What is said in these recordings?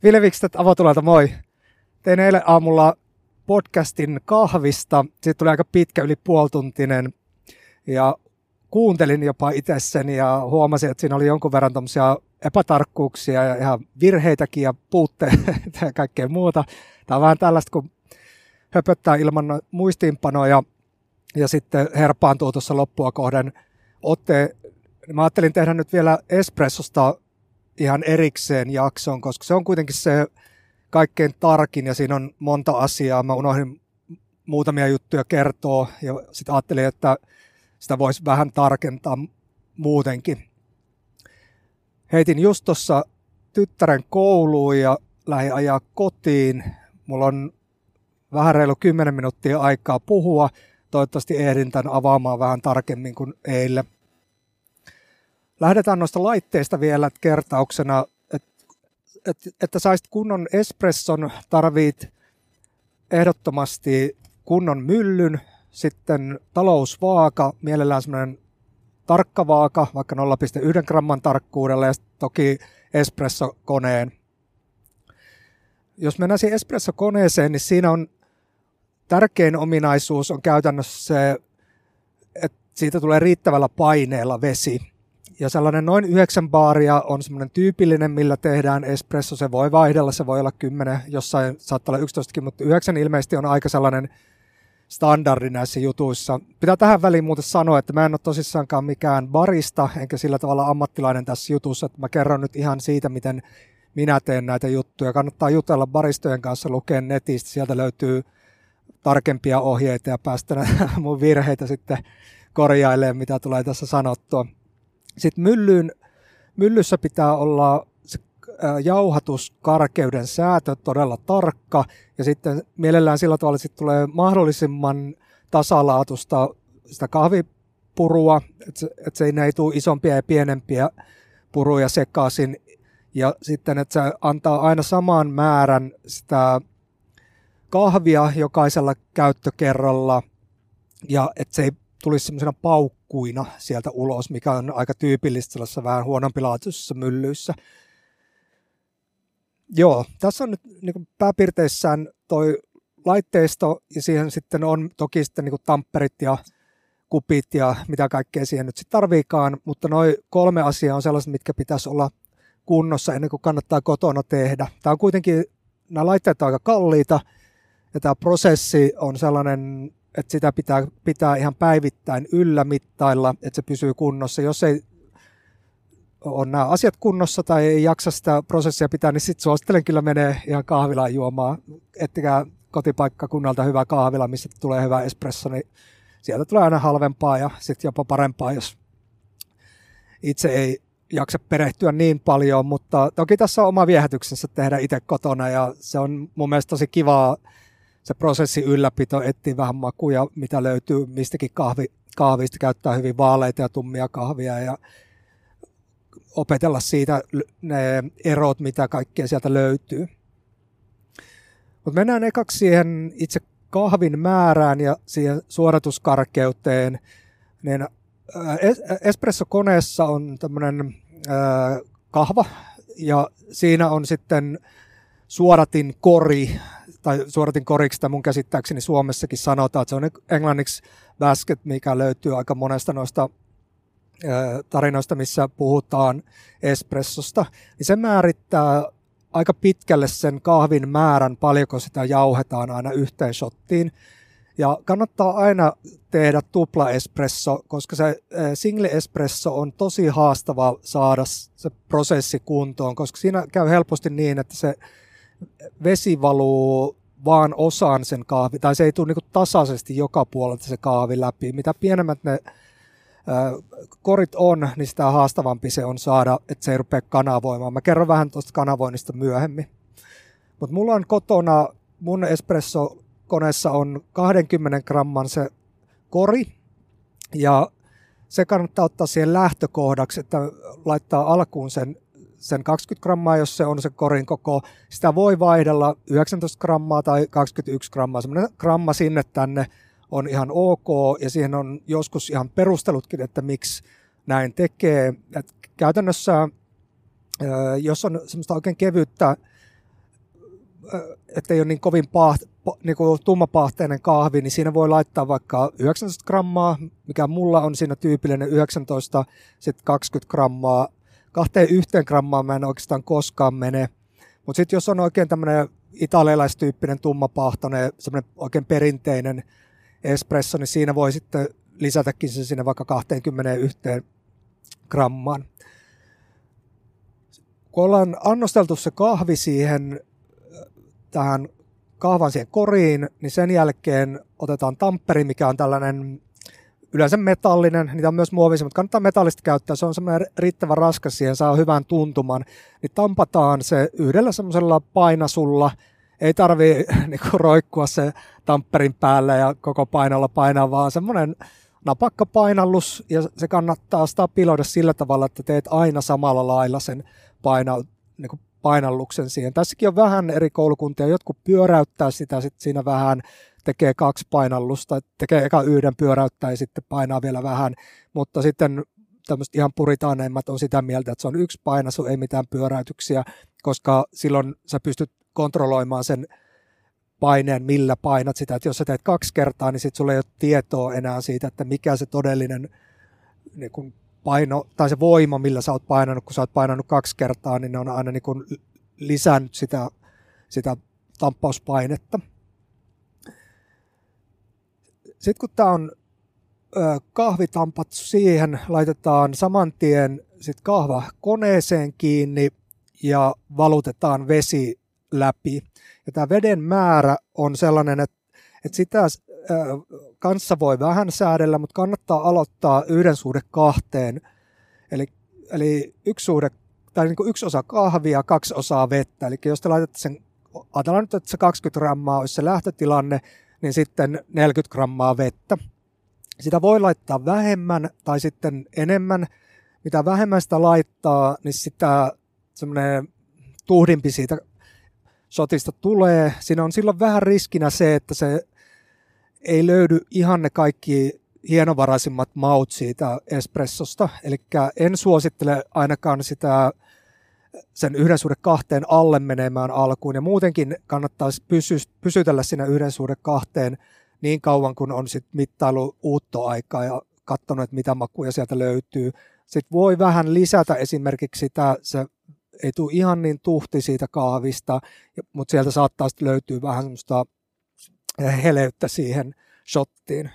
Ville Wikstedt Avotulelta, moi. Tein eilen aamulla podcastin kahvista. Siitä tuli aika pitkä, yli puolituntinen. Ja kuuntelin jopa itse sen ja huomasin, että siinä oli jonkun verran tommosia epätarkkuuksia ja ihan virheitäkin ja puutteita ja kaikkea muuta. Tämä on vähän tällaista, kun höpöttää ilman muistiinpanoja ja sitten herpaantuu tuossa loppua kohden otteen. Mä ajattelin tehdä nyt vielä espressosta ihan erikseen jakson, koska se on kuitenkin se kaikkein tarkin ja siinä on monta asiaa. Mä unohdin muutamia juttuja kertoa ja sitten ajattelin, että sitä voisi vähän tarkentaa muutenkin. Heitin just tuossa tyttären kouluun ja lähdin ajaa kotiin. Mulla on vähän reilu 10 minuuttia aikaa puhua. Toivottavasti ehdin tämän avaamaan vähän tarkemmin kuin eilen. Lähdetään noista laitteista vielä kertauksena, että saisit kunnon espresson, tarvit ehdottomasti kunnon myllyn, sitten talousvaaka, mielellään semmoinen tarkka vaaka, vaikka 0,1 gramman tarkkuudella ja toki espressokoneen. Jos mennään siihen espressokoneeseen, niin siinä on tärkein ominaisuus on käytännössä se, että siitä tulee riittävällä paineella vesi. Ja sellainen noin 9 baaria on semmoinen tyypillinen, millä tehdään espresso. Se voi vaihdella, se voi olla 10, jossain saattaa olla 11, mutta 9 ilmeisesti on aika sellainen standardi näissä jutuissa. Pitää tähän väliin muuten sanoa, että mä en ole tosissaankaan mikään barista, enkä sillä tavalla ammattilainen tässä jutussa. Että mä kerron nyt ihan siitä, miten minä teen näitä juttuja. Kannattaa jutella baristojen kanssa, lukea netistä. Sieltä löytyy tarkempia ohjeita ja päästä mun virheitä sitten korjailemaan, mitä tulee tässä sanottua. Sitten myllyssä pitää olla se jauhatuskarkeuden säätö todella tarkka ja sitten mielellään sillä tavalla, että tulee mahdollisimman tasalaatusta sitä kahvipurua, että se ei tule isompia ja pienempiä puruja sekaisin ja sitten, että se antaa aina saman määrän sitä kahvia jokaisella käyttökerralla ja että se ei tulisi semmoisena paukkuina sieltä ulos, mikä on aika tyypillistä sellaisessa vähän huonompilaatuisessa myllyissä. Joo, tässä on nyt niin pääpiirteissään toi laitteisto ja siihen sitten on toki sitten niin tamperit ja kupit ja mitä kaikkea siihen nyt sitten tarviikaan, mutta noi 3 asiaa on sellaiset, mitkä pitäisi olla kunnossa ennen kuin kannattaa kotona tehdä. Tämä on kuitenkin, nämä laitteet on aika kalliita ja tämä prosessi on sellainen, että sitä pitää ihan päivittäin yllämittailla, että se pysyy kunnossa. Jos ei ole nämä asiat kunnossa tai ei jaksa sitä prosessia pitää, niin sitten suosittelen kyllä menee ihan kahvilaan juomaan. Ettikää kotipaikkakunnalta hyvä kahvila, missä tulee hyvä espresso, niin sieltä tulee aina halvempaa ja sitten jopa parempaa, jos itse ei jaksa perehtyä niin paljon. Mutta toki tässä on oma viehätyksensä tehdä itse kotona ja se on mun mielestä tosi kivaa. Se prosessin ylläpito, etsii vähän makuja, mitä löytyy mistäkin kahvista, käyttää hyvin vaaleita ja tummia kahvia ja opetella siitä ne erot, mitä kaikkea sieltä löytyy. Mutta mennään ekaksi siihen itse kahvin määrään ja siihen suodatuskarkeuteen. Niin espressokoneessa on tämmöinen kahva ja siinä on sitten suodatin kori, tai suodatin koriksi, tai mun käsittääkseni Suomessakin sanotaan, että se on englanniksi basket, mikä löytyy aika monesta noista tarinoista, missä puhutaan espressosta, niin se määrittää aika pitkälle sen kahvin määrän, paljonko sitä jauhetaan aina yhteen shottiin. Ja kannattaa aina tehdä tupla espresso, koska se single espresso on tosi haastava saada se prosessi kuntoon, koska siinä käy helposti niin, että se vesi valuu vaan osaan sen kahvi, tai se ei tule niin tasaisesti joka puolelta se kahvi läpi. Mitä pienemmät ne korit on, niin sitä haastavampi se on saada, että se ei rupea kanavoimaan. Mä kerron vähän tuosta kanavoinnista myöhemmin. Mutta mulla on kotona, mun espressokoneessa on 20 gramman se kori, ja se kannattaa ottaa siihen lähtökohdaksi, että laittaa alkuun sen 20 grammaa, jos se on se korin koko. Sitä voi vaihdella 19 grammaa tai 21 grammaa. Semmoinen gramma sinne tänne on ihan ok, ja siihen on joskus ihan perustelutkin, että miksi näin tekee. Et käytännössä, jos on semmoista oikein kevyttä ettei ole niin kovin niin kuin tummapahteinen kahvi, niin siinä voi laittaa vaikka 19 grammaa, mikä mulla on siinä tyypillinen 19, sitten 20 grammaa. 2 grammaa mä en oikeastaan koskaan mene. Mutta sitten jos on oikein tämmöinen italialaistyyppinen tummapahtoinen, semmoinen oikein perinteinen espresso, niin siinä voi sitten lisätäkin se sinne vaikka 21 grammaan. Kun ollaan annosteltu se kahvi tähän kahvan siihen koriin, niin sen jälkeen otetaan tampperi, mikä on tällainen yleensä metallinen, niitä on myös muovisia, mutta kannattaa metallista käyttää, se on semmoinen riittävän raskas, siihen saa hyvän tuntuman, niin tampataan se yhdellä semmoisella painasulla, ei tarvii niinku roikkua se tampperin päälle ja koko painolla painaa, vaan semmoinen napakka painallus, ja se kannattaa stabiloida sillä tavalla, että teet aina samalla lailla sen niinku painalluksen siihen. Tässäkin on vähän eri koulukuntia, jotkut pyöräyttää sitä, sitten siinä vähän tekee 2 painallusta, tekee eka 1, pyöräyttää ja sitten painaa vielä vähän, mutta sitten tämmöiset ihan puritaaneimmat on sitä mieltä, että se on 1 painasu, ei mitään pyöräytyksiä, koska silloin sä pystyt kontrolloimaan sen paineen, millä painat sitä, että jos sä teet 2 kertaa, niin sitten sulla ei ole tietoa enää siitä, että mikä se todellinen niin kun paino, tai se voima, millä sä oot painanut, kun sä oot painanut 2 kertaa, niin ne on aina niin kun lisännyt sitä tamppauspainetta. Sitten kun tämä on kahvi tampattu siihen, laitetaan saman tien sit kahva koneeseen kiinni ja valutetaan vesi läpi. Ja tämä veden määrä on sellainen, että sitä kanssa voi vähän säädellä, mutta kannattaa aloittaa 1:2. Eli 1 osa kahvia, 2 osaa vettä. Eli jos te laitatte sen, ajatellaan nyt, että se 20 grammaa olisi se lähtötilanne, niin sitten 40 grammaa vettä. Sitä voi laittaa vähemmän tai sitten enemmän. Mitä vähemmän sitä laittaa, niin sitä semmoinen tuhdimpi siitä shotista tulee. Siinä on silloin vähän riskinä se, että se ei löydy ihan ne kaikki hienovaraisimmat maut siitä espressosta. Eli en suosittele ainakaan sen 1:2 alle menemään alkuun. Ja muutenkin kannattaa pysytellä siinä 1:2 niin kauan, kun on sit mittailu uuttoaikaa ja katsonut, että mitä makuja sieltä löytyy. Sitten voi vähän lisätä esimerkiksi sitä, se ei tule ihan niin tuhti siitä kahvista, mutta sieltä saattaa sitten löytyä vähän semmoista heleyttä siihen shottiin.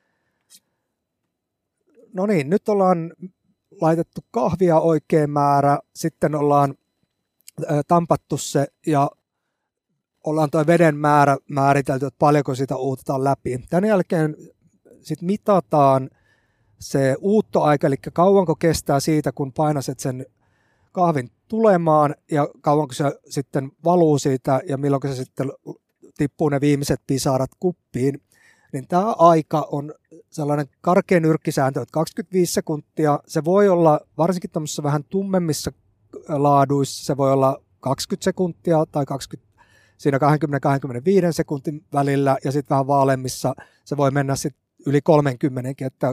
No niin, nyt ollaan laitettu kahvia oikein määrä, sitten ollaan tampattu se ja ollaan tuo veden määrä määritelty, että paljonko sitä uutetaan läpi. Tämän jälkeen sitten mitataan se uuttoaika, eli kauanko kestää siitä, kun painaset sen kahvin tulemaan ja kauanko se sitten valuu siitä ja milloin se sitten tippuu ne viimeiset pisarat kuppiin. Niin tämä aika on sellainen karkea nyrkkisääntö, että 25 sekuntia. Se voi olla varsinkin tämmöisissä vähän tummemmissa laaduissa, se voi olla 20 sekuntia tai 20, siinä 20-25 sekuntin välillä ja sitten vähän vaaleammissa se voi mennä sitten yli 30, että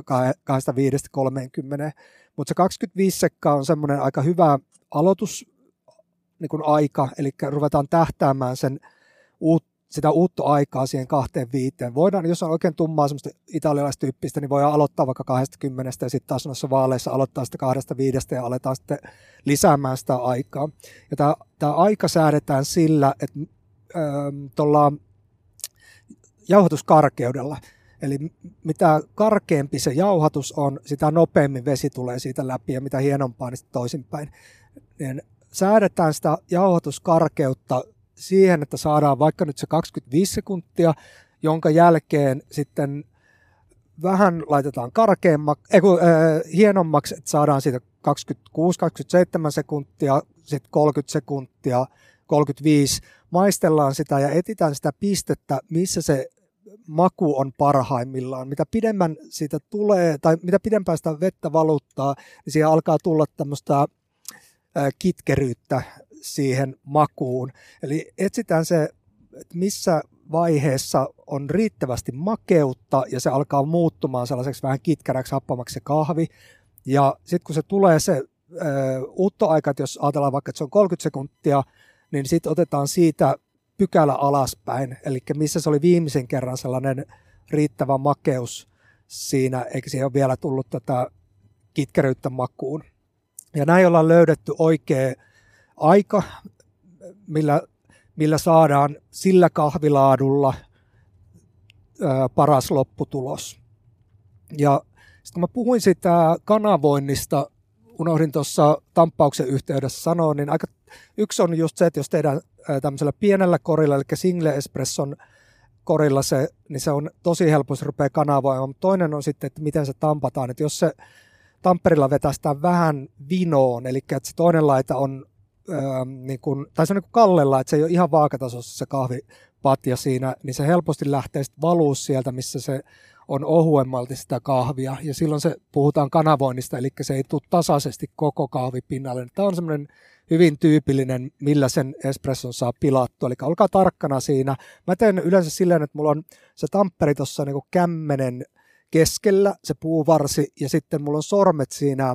25-30. Mutta se 25 sekkaa on semmoinen aika hyvä aloitus niin kuin aika, eli ruvetaan tähtäämään sitä uuttoaikaa siihen 25. Voidaan, jos on oikein tummaa semmoista italialaistyyppistä, niin voidaan aloittaa vaikka 20 ja sitten taas noissa vaaleissa aloittaa sitä 25 ja aletaan sitten lisäämään sitä aikaa. Ja tämä aika säädetään sillä, että tuolla jauhatuskarkeudella. Eli mitä karkeampi se jauhatus on, sitä nopeammin vesi tulee siitä läpi ja mitä hienompaa, niin toisinpäin. Niin säädetään sitä jauhatuskarkeutta siihen, että saadaan vaikka nyt se 25 sekuntia, jonka jälkeen sitten vähän laitetaan hienommaksi, että saadaan siitä 26-27 sekuntia, sitten 30 sekuntia, 35. Maistellaan sitä ja etsitään sitä pistettä, missä se maku on parhaimmillaan. Mitä pidemmän siitä tulee, tai mitä pidempään sitä vettä valuttaa, niin siihen alkaa tulla tämmöistä kitkeryyttä siihen makuun. Eli etsitään se, että missä vaiheessa on riittävästi makeutta ja se alkaa muuttumaan sellaiseksi vähän kitkäräksi happamaksi se kahvi. Ja sitten kun se tulee se uuttoaika, että jos ajatellaan vaikka, että se on 30 sekuntia, niin sitten otetaan siitä pykälä alaspäin, eli missä se oli viimeisen kerran sellainen riittävä makeus siinä, eikä siihen ole vielä tullut tätä kitkeryyttä makuun. Ja näin ollaan löydetty oikea aika, millä saadaan sillä kahvilaadulla paras lopputulos. Ja sitten kun mä puhuin sitä kanavoinnista, unohdin tuossa tamppauksen yhteydessä sanoa, niin yksi on just se, että jos tehdään tämmöisellä pienellä korilla, eli single espresson korilla, niin se on tosi helppo, se rupeaa kanavoimaan. Toinen on sitten, että miten se tampataan. Että jos se tamperilla vetästään vähän vinoon, eli että se toinen laita on, tai se on niin kuin kallella, että se ei ole ihan vaakatasossa se kahvipatja siinä, niin se helposti lähtee sitten valuu sieltä, missä se on ohuemmalti sitä kahvia, ja silloin se puhutaan kanavoinnista, eli se ei tule tasaisesti koko kahvipinnalle. Tämä on semmoinen hyvin tyypillinen, millä sen espresson saa pilattua, eli olkaa tarkkana siinä. Mä teen yleensä silleen, että mulla on se tampperi tuossa niin kuin kämmenen keskellä, se puuvarsi, ja sitten mulla on sormet siinä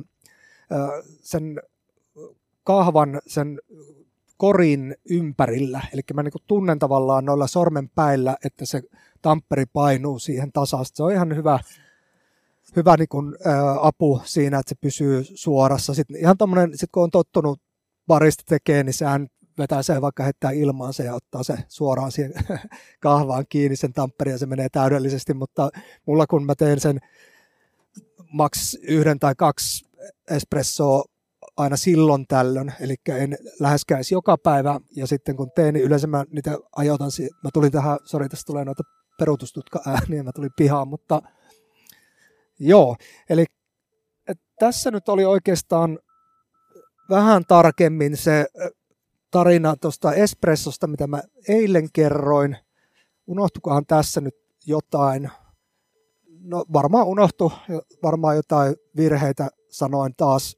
sen kahvan, sen korin ympärillä, eli mä niin kuin tunnen tavallaan noilla sormenpäillä, että se tampperi painuu siihen tasaisesti. Se on ihan hyvä niin kuin, apu siinä, että se pysyy suorassa. Sitten ihan tommonen, kun on tottunut barista tekee, niin sehän vetää sen vaikka heittää ilmaan se ja ottaa se suoraan siihen kahvaan kiinni sen tampperi ja se menee täydellisesti, mutta mulla kun mä teen sen maks 1 tai 2 espressoa aina silloin tällöin, eli en läheskään edes joka päivä, ja sitten kun teen, niin yleensä mä niitä ajoitan, mä tulin tähän, sori, tässä tulee noita peruutustutka-ääniä, mä tulin pihaan, mutta joo, eli tässä nyt oli oikeastaan vähän tarkemmin se tarina tuosta espressosta, mitä mä eilen kerroin. Unohtukohan tässä nyt jotain? No varmaan unohtu, varmaan jotain virheitä sanoin taas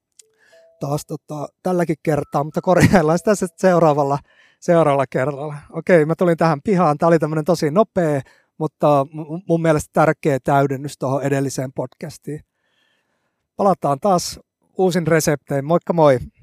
tälläkin kertaa, mutta korjaillaan sitä seuraavalla kerralla. Okei, mä tulin tähän pihaan. Tämä oli tämmöinen tosi nopea, mutta mun mielestä tärkeä täydennys tuohon edelliseen podcastiin. Palataan taas uusin reseptein. Moikka moi!